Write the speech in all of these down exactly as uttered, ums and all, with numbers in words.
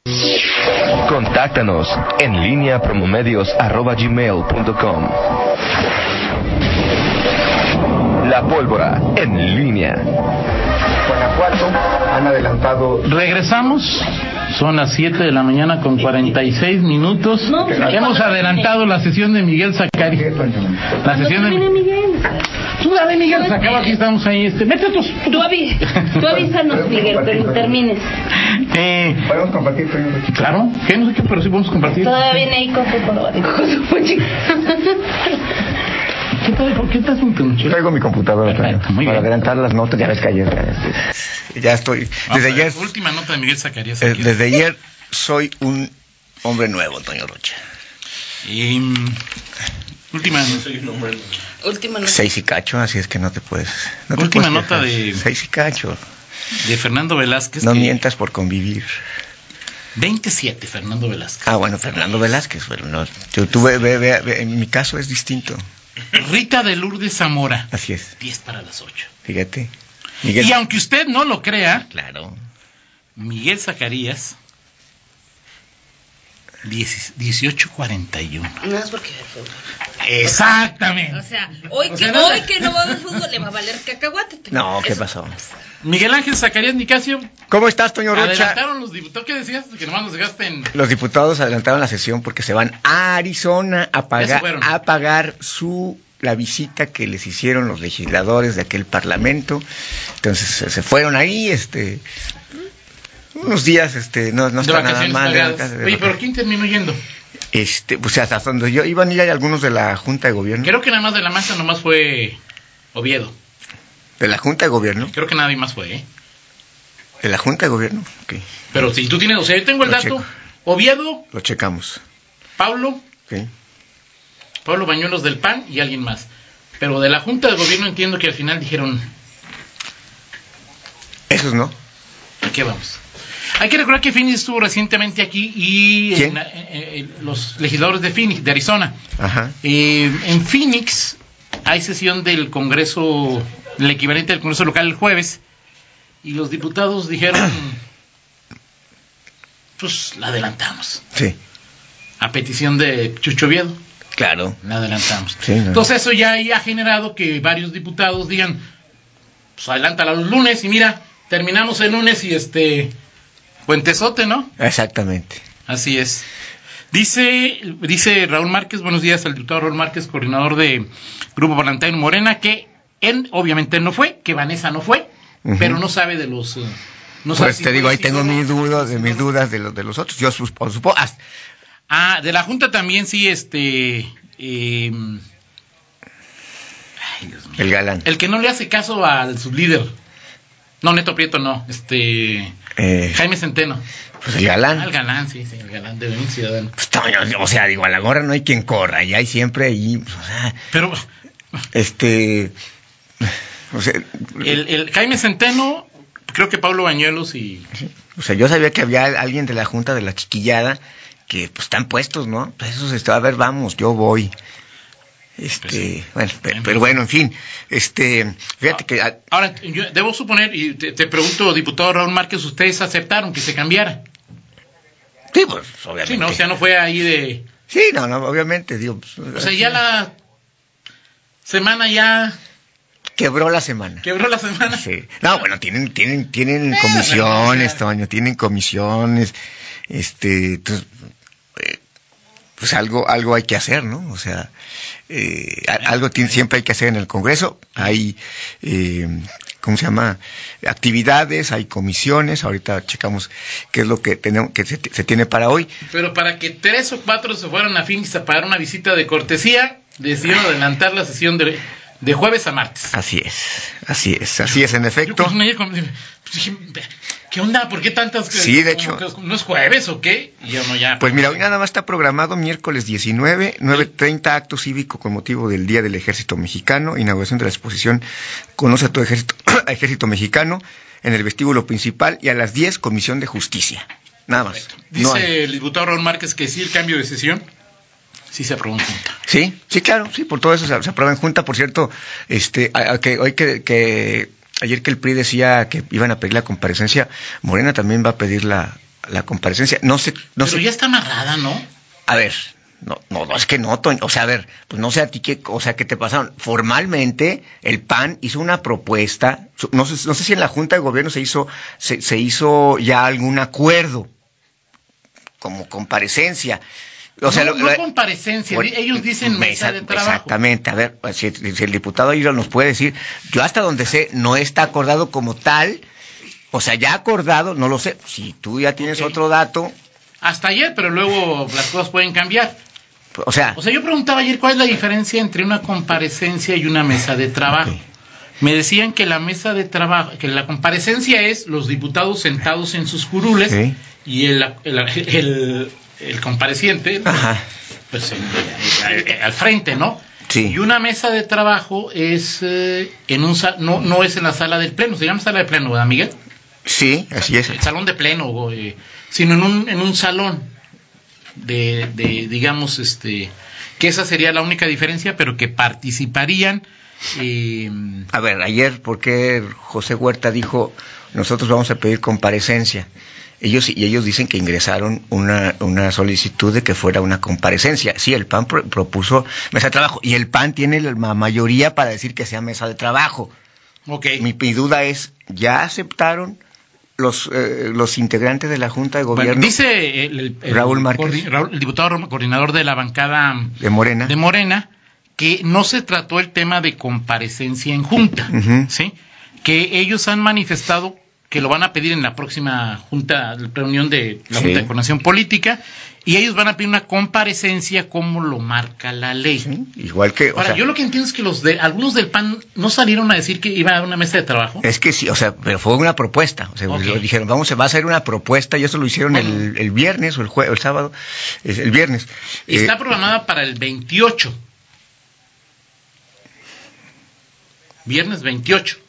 Contáctanos en línea promomedios arroba gmail punto com. La Pólvora en línea. Guanajuato han adelantado. Regresamos. Son las siete de la mañana con cuarenta y seis minutos. No, hemos adelantado la sesión de Miguel Zacarías. La sesión de Miguel. Tú dale, Miguel, se acaba, aquí estamos ahí. Este, mete tus. Tú, avi... Tú avísanos, Miguel, pero termines. Eh, ¿Podemos compartir? Claro, que no sé qué, pero sí podemos compartir. Todavía viene ahí con su color. ¿Qué tal? ¿Por qué estás un peluche? Traigo mi computadora Perfecto, para, muy para bien. adelantar las notas. Ya ves que ayer ya, ya estoy. Desde ayer. Última nota de Miguel Zacarías. Eh, desde ayer soy un hombre nuevo, Toño Rocha. Y, última. No soy un hombre nuevo. Última nota. Seis y cacho, así es que no te puedes. No te última puedes nota de. Seis y cacho. De Fernando Velázquez. No que... mientas por convivir. veintisiete, Fernando Velázquez. Ah, bueno, Fernando Velázquez. Bueno, no, yo tuve, ve, ve, ve, en mi caso es distinto. Rita de Lourdes Zamora. Así es. diez para las ocho. Fíjate. Miguel... Y aunque usted no lo crea, claro. Miguel Zacarías, dieciocho cuarenta y uno. No es porque ve fútbol. Exactamente. O sea, hoy, o que, sea, no... hoy que no va a ver fútbol le va a valer cacahuate. No, ¿qué Eso pasó? Miguel Ángel Zacarías Nicasio. ¿Cómo estás, Toño Rocha? Adelantaron los diputados. ¿Qué decías? Que nomás nos dejaste en... Los diputados adelantaron la sesión porque se van a Arizona a pagar, a pagar su... la visita que les hicieron los legisladores de aquel parlamento. Entonces se fueron ahí, este, unos días, este, no, no está nada mal. De de Oye, pero ¿quién terminó yendo? Este, pues hasta donde yo iban a ir algunos de la Junta de Gobierno. Creo que nada más de la masa nomás fue Oviedo. ¿De la Junta de Gobierno? Creo que nadie más fue, ¿eh? ¿De la Junta de Gobierno? Okay. Pero si tú tienes, o sea, yo tengo el Lo dato. checo. Oviedo. Lo checamos. Pablo. Okay. Pablo Bañuelos del P A N y alguien más. Pero de la Junta de Gobierno entiendo que al final dijeron... Esos no. ¿A qué vamos? Hay que recordar que Phoenix estuvo recientemente aquí y ¿Quién? En, eh, eh, los legisladores de Phoenix, de Arizona. Ajá. Eh, en Phoenix hay sesión del Congreso, el equivalente del Congreso local el jueves, y los diputados dijeron, pues la adelantamos. Sí. A petición de Chucho Oviedo. Claro. La adelantamos. Sí, no. Entonces eso ya, ya ha generado que varios diputados digan, pues adelántala los lunes y mira, terminamos el lunes y este... Puentesote, ¿no? Exactamente. Así es. Dice dice Raúl Márquez, buenos días al diputado Raúl Márquez, coordinador de Grupo Parlamentario Morena, que él obviamente no fue, que Vanessa no fue, uh-huh. pero no sabe de los... Uh, no pues sabe te si digo, fue, ahí si tengo no, mis dudas, si de no, mis no. dudas de los de los otros. Yo supongo... Supo, ah, de la Junta también sí, este... Eh, ay, Dios mío. El galán. El que no le hace caso al sublíder. No, Neto Prieto no, este... Eh, Jaime Centeno. Pues el galán. Ah, el galán, sí, sí, el galán de un ciudadano. Pues, Toño, o sea, digo, a la gorra no hay quien corra, y hay siempre ahí, o sea, pero este, o sea, el, el Jaime Centeno, creo que Pablo Bañuelos y... o sea, yo sabía que había alguien de la Junta de la Chiquillada que pues están puestos, ¿no? Pues eso se está, a ver, vamos, yo voy. Este, pues sí. bueno, pero, pero bueno, en fin, este, fíjate que... A... Ahora, yo debo suponer, y te, te pregunto, diputado Raúl Márquez, ¿ustedes aceptaron que se cambiara? Sí, pues, obviamente. Sí, no, o sea, no fue ahí de... Sí, no, no, obviamente, digo... Pues, o sea, ya la semana ya... Quebró la semana. Quebró la semana. Sí. No, bueno, tienen, tienen, tienen eh, comisiones, no, Toño, tienen comisiones, este, entonces, eh, pues algo, algo hay que hacer, ¿no? O sea, eh, algo tiene, siempre hay que hacer en el Congreso. Hay, eh, ¿cómo se llama? Actividades, hay comisiones. Ahorita checamos qué es lo que tenemos, que se, se tiene para hoy. Pero para que tres o cuatro se fueran a Phoenix a pagar una visita de cortesía, decidieron adelantar la sesión de, de jueves a martes. Así es, así es, así es en efecto. Yo, pues, con, dije, ¿qué onda? ¿Por qué tantas? Sí, de hecho. ¿No es jueves o qué? Y yo no ya. Pues mira, hoy nada más está programado miércoles diecinueve, nueve treinta, acto cívico con motivo del Día del Ejército Mexicano, inauguración de la exposición Conoce a tu ejército, ejército mexicano en el vestíbulo principal, y a las diez, comisión de justicia. Nada más. Perfecto. Dice no el diputado Raúl Márquez que sí, el cambio de sesión sí se aprobó en junta. Sí, sí, claro, sí, por todo eso se, se aprueba en junta. Por cierto, este, a, a que hoy que, que ayer que el P R I decía que iban a pedir la comparecencia, Morena también va a pedir la la comparecencia. No sé, no Pero sé. ya está amarrada, ¿no? A ver, no, no, no, es que no, Toño. O sea, a ver, pues no sé a ti qué, o sea, qué te pasaron. Formalmente, el P A N hizo una propuesta, no sé, no sé si en la Junta de Gobierno se hizo, se, se hizo ya algún acuerdo, como comparecencia. O sea, no, lo, no lo, comparecencia, por, ellos dicen mesa, mesa de trabajo. Exactamente, a ver, si, si el diputado Aguirre nos puede decir, yo hasta donde sé, no está acordado como tal, o sea, ya acordado, no lo sé, si tú ya tienes okay. otro dato. Hasta ayer, pero luego las cosas pueden cambiar. O sea, o sea, yo preguntaba ayer cuál es la diferencia entre una comparecencia y una mesa de trabajo. Okay. Me decían que la mesa de trabajo, que la comparecencia es los diputados sentados en sus curules ¿sí? y el, el, el, el el compareciente, Ajá. pues al, al frente, ¿no? Sí. Y una mesa de trabajo es eh, en un no no es en la sala del pleno, se llama sala de pleno, ¿verdad, Miguel? Sí, así es. El salón de pleno, eh, sino en un en un salón de, de digamos este que esa sería la única diferencia, pero que participarían. Eh, a ver, ayer, ¿por qué José Huerta dijo nosotros vamos a pedir comparecencia? Ellos y ellos dicen que ingresaron una una solicitud de que fuera una comparecencia. Sí, el P A N pro, propuso mesa de trabajo y el P A N tiene la mayoría para decir que sea mesa de trabajo. Okay. Mi, mi duda es, ¿ya aceptaron los eh, los integrantes de la Junta de Gobierno? Bueno, dice el, el, el, Raúl Márquez, el, Raúl, el diputado coordinador de la bancada de Morena, de Morena, que no se trató el tema de comparecencia en junta, uh-huh. ¿sí? Que ellos han manifestado que lo van a pedir en la próxima junta, reunión de la sí. Junta de Coordinación Política, y ellos van a pedir una comparecencia como lo marca la ley. Sí, igual que... Ahora, o sea, yo lo que entiendo es que los de algunos del P A N no salieron a decir que iba a haber una mesa de trabajo. Es que sí, o sea, pero fue una propuesta. O sea, okay. lo dijeron, vamos, va a ser una propuesta, y eso lo hicieron bueno. el, el viernes o el jueves, el sábado, el viernes. Está eh, programada para el veintiocho. Viernes veintiocho.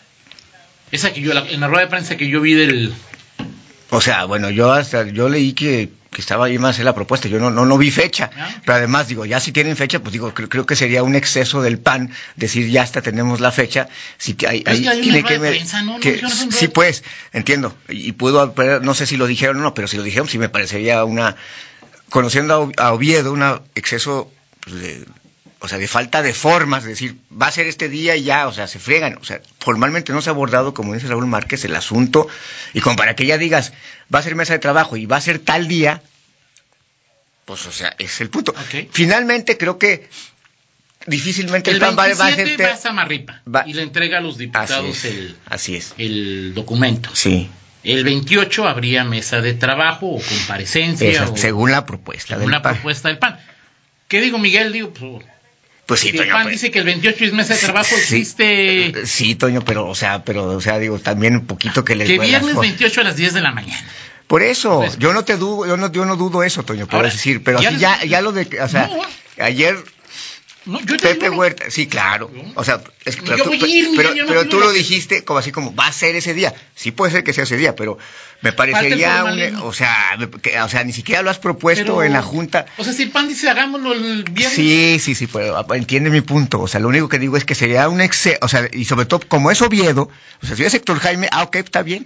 Esa que yo, en la rueda de prensa que yo vi del... O sea, bueno, yo hasta, yo leí que, que estaba ahí más en la propuesta, yo no no no vi fecha, ¿Ah? Pero además digo, ya si tienen fecha, pues digo, creo, creo que sería un exceso del P A N decir ya hasta tenemos la fecha, si que hay, hay, es que hay tiene una que rueda de prensa, ¿no? que, no sí pues, entiendo, y pudo, no sé si lo dijeron o no, pero si lo dijeron sí me parecería una, conociendo a Oviedo, un exceso pues, de... O sea, de falta de formas, es decir, va a ser este día y ya, o sea, se friegan. O sea, formalmente no se ha abordado, como dice Raúl Márquez, el asunto. Y como para que ya digas, va a ser mesa de trabajo y va a ser tal día, pues, o sea, es el punto. Okay. Finalmente, creo que difícilmente el, el P A N va, va a ser... ser... va a Samarripa va... y le entrega a los diputados así es, el, así es. el documento. Sí. El veintiocho habría mesa de trabajo o comparecencia. Esa, o, según la propuesta según del la P A N. propuesta del P A N. ¿Qué digo, Miguel? Digo, pues... Pues sí, si Toño, el P A N pues, dice que el veintiocho es mesa de trabajo, sí, existe... Sí, Toño, pero, o sea, pero, o sea, digo, también un poquito que les... Que viernes veintiocho a las diez de la mañana. Por eso, pues, yo no te dudo, yo no, yo no dudo eso, Toño, por decir, pero ya, sí, ya, ya lo de, o sea, no, ayer... No, yo Pepe Huerta, sí, claro, o sea, es que, no, pero, tú, ir, pero, Miguel, pero no, tú no, lo no, dijiste como así como va a ser ese día, sí puede ser que sea ese día, pero me parecería un, o sea, que, o sea, ni siquiera lo has propuesto pero, en la junta. O sea, si el P A N dice hagámoslo el viernes. Sí, sí, sí, pero entiende mi punto, o sea, lo único que digo es que sería un exceso, o sea, y sobre todo como es Oviedo, o sea, si es Héctor Jaime, ah, ok, está bien.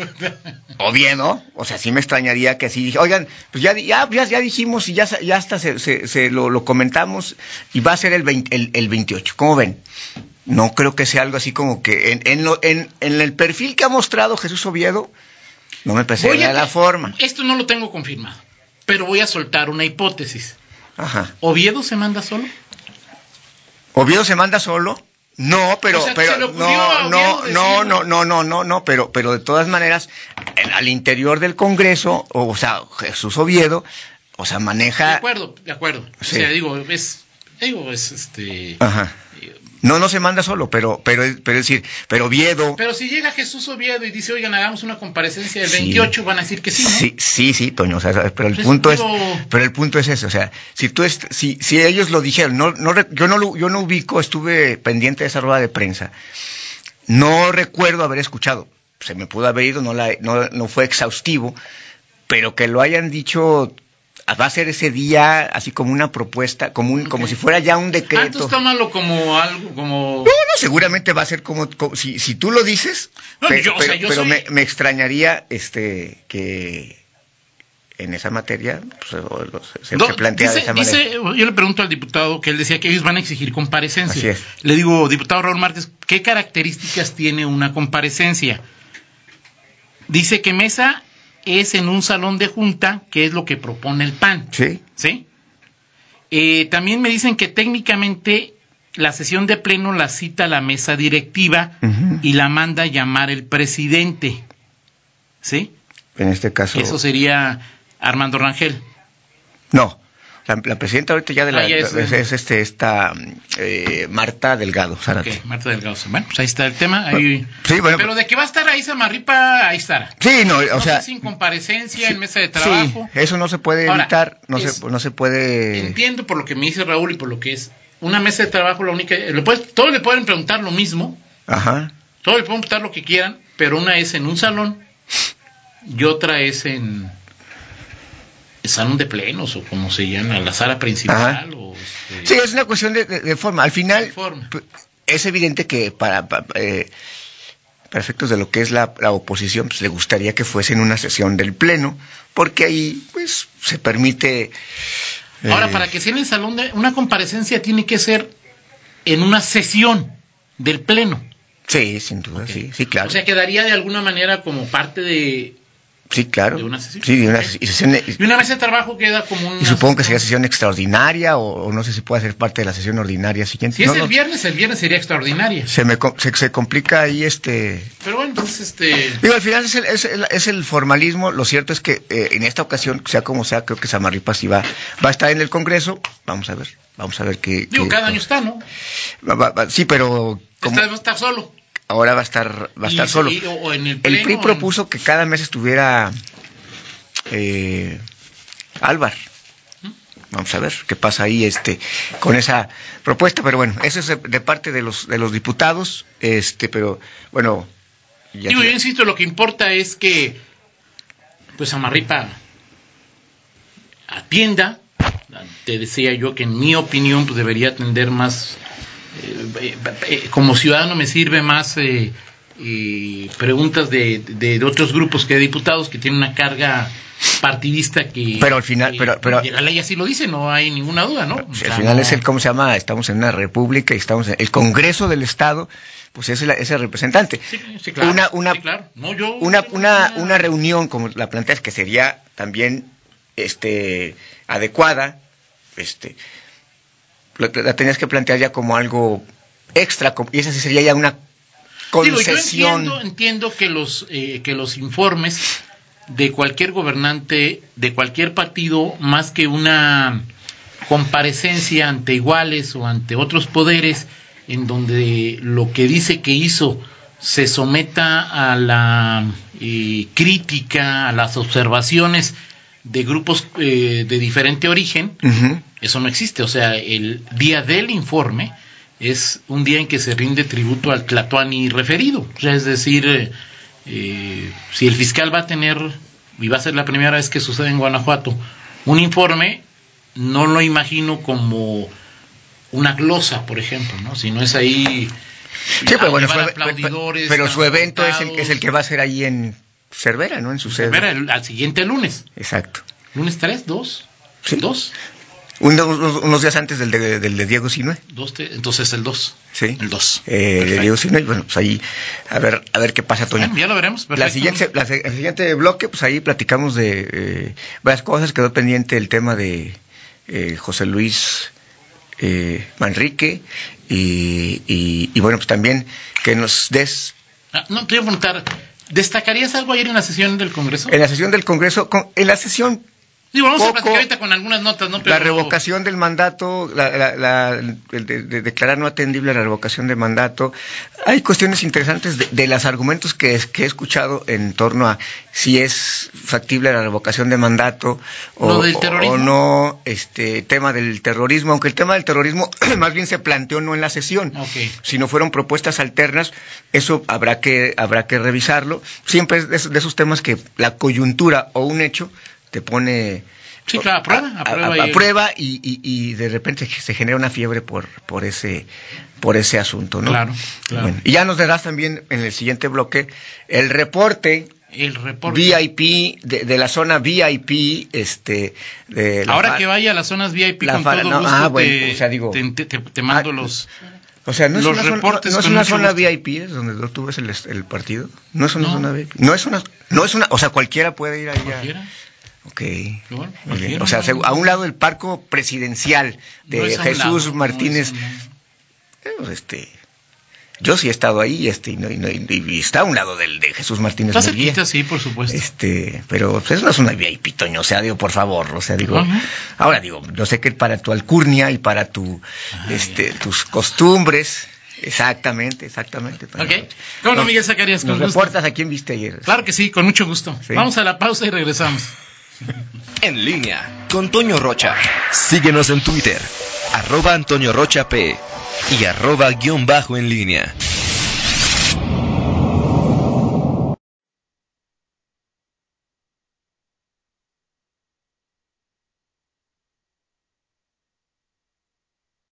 Oviedo, o sea, sí me extrañaría que así dije, oigan, pues ya ya ya, ya dijimos y ya ya hasta se, se, se lo, lo comentamos y va a ser el veinte, el, el veintiocho, ¿cómo ven? No creo que sea algo así como que en en, lo, en, en el perfil que ha mostrado Jesús Oviedo, no me parece de la forma. Esto no lo tengo confirmado, pero voy a soltar una hipótesis. Ajá. ¿Oviedo se manda solo? ¿Oviedo se manda solo? No, pero, o sea, pero, no, no, no, no, no, no, no, no, pero, pero de todas maneras, el, al interior del Congreso, o, o sea, Jesús Oviedo, o sea, maneja... De acuerdo, de acuerdo. Sí. O sea, digo, es, digo, es este... Ajá. No, no se manda solo, pero, pero, pero es decir, pero Oviedo... Pero si llega Jesús Oviedo y dice, oigan, hagamos una comparecencia del veintiocho, sí, van a decir que sí, ¿no? Sí, sí, sí, Toño, o sea, pero el pues punto digo... es, pero el punto es ese, o sea, si tú, est- si, si ellos lo dijeron, no, no, yo no, yo no ubico, estuve pendiente de esa rueda de prensa, no recuerdo haber escuchado, se me pudo haber ido, no la, no, no fue exhaustivo, pero que lo hayan dicho... va a ser ese día así como una propuesta, como un, okay. como si fuera ya un decreto. Ah, entonces tómalo como algo, como... No, no, seguramente va a ser como, como si, si tú lo dices, no, pe, yo, pero, o sea, yo pero soy... me, me extrañaría este que, en esa materia pues, se, No, se plantea dice, de esa manera. dice, yo le pregunto al diputado que él decía que ellos van a exigir comparecencia. Así es. Le digo, diputado Raúl Márquez, ¿qué características tiene una comparecencia? Dice que mesa es en un salón de junta, que es lo que propone el P A N. Sí. ¿Sí? Eh, también me dicen que técnicamente la sesión de pleno la cita la mesa directiva uh-huh. y la manda a llamar el presidente. ¿Sí? En este caso. Eso sería Armando Rangel. No. La, la presidenta ahorita ya de la, ah, ya es, es, es este esta eh, Marta Delgado Zárate. Okay, Marta Delgado. Bueno, pues ahí está el tema. Ahí... Sí, bueno, pero de que va a estar ahí Samarripa, ahí estará. Sí, no, o no sea, sé, sin comparecencia sí, en mesa de trabajo. Sí, eso no se puede Ahora, evitar, no es, se no se puede. Entiendo por lo que me dice Raúl y por lo que es una mesa de trabajo, la única, le puedes, todos le pueden preguntar lo mismo. Ajá. Todos le pueden preguntar lo que quieran, pero una es en un salón y otra es en salón de plenos o como se llama, la sala principal. O, este, sí, es una cuestión de, de, de forma. Al final, forma. es evidente que para, para, eh, para efectos de lo que es la, la oposición, pues le gustaría que fuese en una sesión del pleno, porque ahí pues se permite... Eh... Ahora, para que sea en el salón de... Una comparecencia tiene que ser en una sesión del pleno. Sí, sin duda, okay. sí, sí, claro. O sea, quedaría de alguna manera como parte de... Sí, claro. ¿De una sesión? Sí, de una okay. sesión. De, y una mesa de trabajo queda como una... Y supongo que sería sesión extraordinaria o, o no sé si puede ser parte de la sesión ordinaria siguiente. Si es no, el no. viernes, el viernes sería extraordinaria. Se me se, se complica ahí este... Pero bueno, entonces este... Digo, al final es el, es el, es el formalismo. Lo cierto es que eh, en esta ocasión, sea como sea, creo que Samarripa sí va, va a estar en el Congreso. Vamos a ver, vamos a ver qué... Digo, qué, cada pues, año está, ¿no? Va, va, va, sí, pero... Como, va a estar solo. Ahora va a estar, va a estar y, solo. Y, o en el, pleno, el P R I propuso en... que cada mes estuviera... Eh, Álvar. Vamos a ver qué pasa ahí este con esa propuesta, pero bueno, eso es de, de parte de los de los diputados, este, pero bueno, ya digo, yo insisto, lo que importa es que pues Samarripa atienda. Te decía yo que en mi opinión pues debería atender más eh, eh, como ciudadano me sirve más eh, eh, preguntas de, de, de otros grupos que de diputados que tienen una carga partidista que pero al final que, pero pero la ley así lo dice, no hay ninguna duda, ¿no? O o sea, sea, al final no... es el, ¿cómo se llama? Estamos en una república y estamos en el Congreso del Estado, pues es el, es el representante. Sí, sí, claro, una una sí, claro. No, yo, una, yo, una, yo, una reunión como la planteas que sería también este adecuada, este la, la tenías que plantear ya como algo extra, y esa sí sería ya una concesión. Digo, yo entiendo, entiendo que los eh, que los informes de cualquier gobernante, de cualquier partido, más que una comparecencia ante iguales o ante otros poderes, en donde lo que dice que hizo se someta a la eh, crítica, a las observaciones de grupos eh, de diferente origen, uh-huh. Eso no existe. O sea, el día del informe es un día en que se rinde tributo al Tlatoani referido. O sea, es decir... Eh, Eh, si el fiscal va a tener, y va a ser la primera vez que sucede en Guanajuato, un informe, no lo imagino como una glosa, por ejemplo, ¿no? Si no es ahí... Sí, pero bueno, fue, pero, pero su evento es el, es el que va a ser ahí en Cervera, ¿no? En su sede. Cervera, el, al siguiente lunes. Exacto. ¿Lunes tres? ¿Dos? Sí. ¿Dos? Un, unos, unos días antes del de, del de Diego Sinue. Dos, entonces el dos. Sí. El dos. Eh, de Diego Sinue, bueno, pues ahí, a ver, a ver qué pasa, Toño. Bueno, ya lo veremos. La siguiente, la, el siguiente bloque, pues ahí platicamos de eh, varias cosas. Quedó pendiente el tema de eh, José Luis eh, Manrique y, y, y bueno, pues también que nos des... Ah, no, te iba a preguntar, ¿destacarías algo ayer en la sesión del Congreso? En la sesión del Congreso, con, en la sesión... Sí, vamos Poco, a platicar ahorita con algunas notas, ¿no? Pero... La revocación del mandato, la, la, la, el de, de declarar no atendible la revocación de mandato. Hay cuestiones interesantes de, de los argumentos que, que he escuchado en torno a si es factible la revocación de mandato o, ¿Lo del terrorismo? o no, este tema del terrorismo, aunque el tema del terrorismo más bien se planteó no en la sesión, okay. sino fueron propuestas alternas. Eso habrá que habrá que revisarlo. Siempre es de esos, de esos temas que la coyuntura o un hecho te pone sí, claro, a prueba, a, a prueba, a, a, a prueba y, y, y de repente se genera una fiebre por por ese por ese asunto, ¿no? Claro, claro. Bueno, y ya nos darás también en el siguiente bloque el reporte El reporte. V I P, de, de la zona V I P, este... De la Ahora fa- que vaya a las zonas V I P la con fa- todo no, gusto ah, bueno, te, o sea, digo- te, te- te- te mando Ah, los... O sea, no es Los una zona, reportes no, no es con una mucho zona gusto. V I P, es donde tú ves el, el partido. No es una No. zona V I P. No es una, no es una, o sea, cualquiera puede ir allá. ¿Cualquiera? Ok. Bueno, Muy bien. cualquiera, O sea, no, se- no. a un lado del parco presidencial de No es a un Jesús lado, Martínez. no es a un lado. Eh, pues, este, yo sí he estado ahí, este, y, no- y no- y- y está a un lado del de Jesús Martínez Está Murguía. cerquita, sí, por supuesto. Este, pero pues, eso no es una V I P, Toño, o sea, digo, por favor, o sea, digo, Ajá. ahora digo, yo sé que para tu alcurnia y para tu, Ah, este, tus costumbres, exactamente, exactamente, Toño. Ok. ¿Cómo no, Miguel Zacarías? Con Nos gusto. reportas a quién viste ayer. Claro que sí, con mucho gusto. Sí. Vamos a la pausa y regresamos. En línea con Toño Rocha. Síguenos en Twitter, arroba Antonio Rocha P y arroba guión bajo en línea.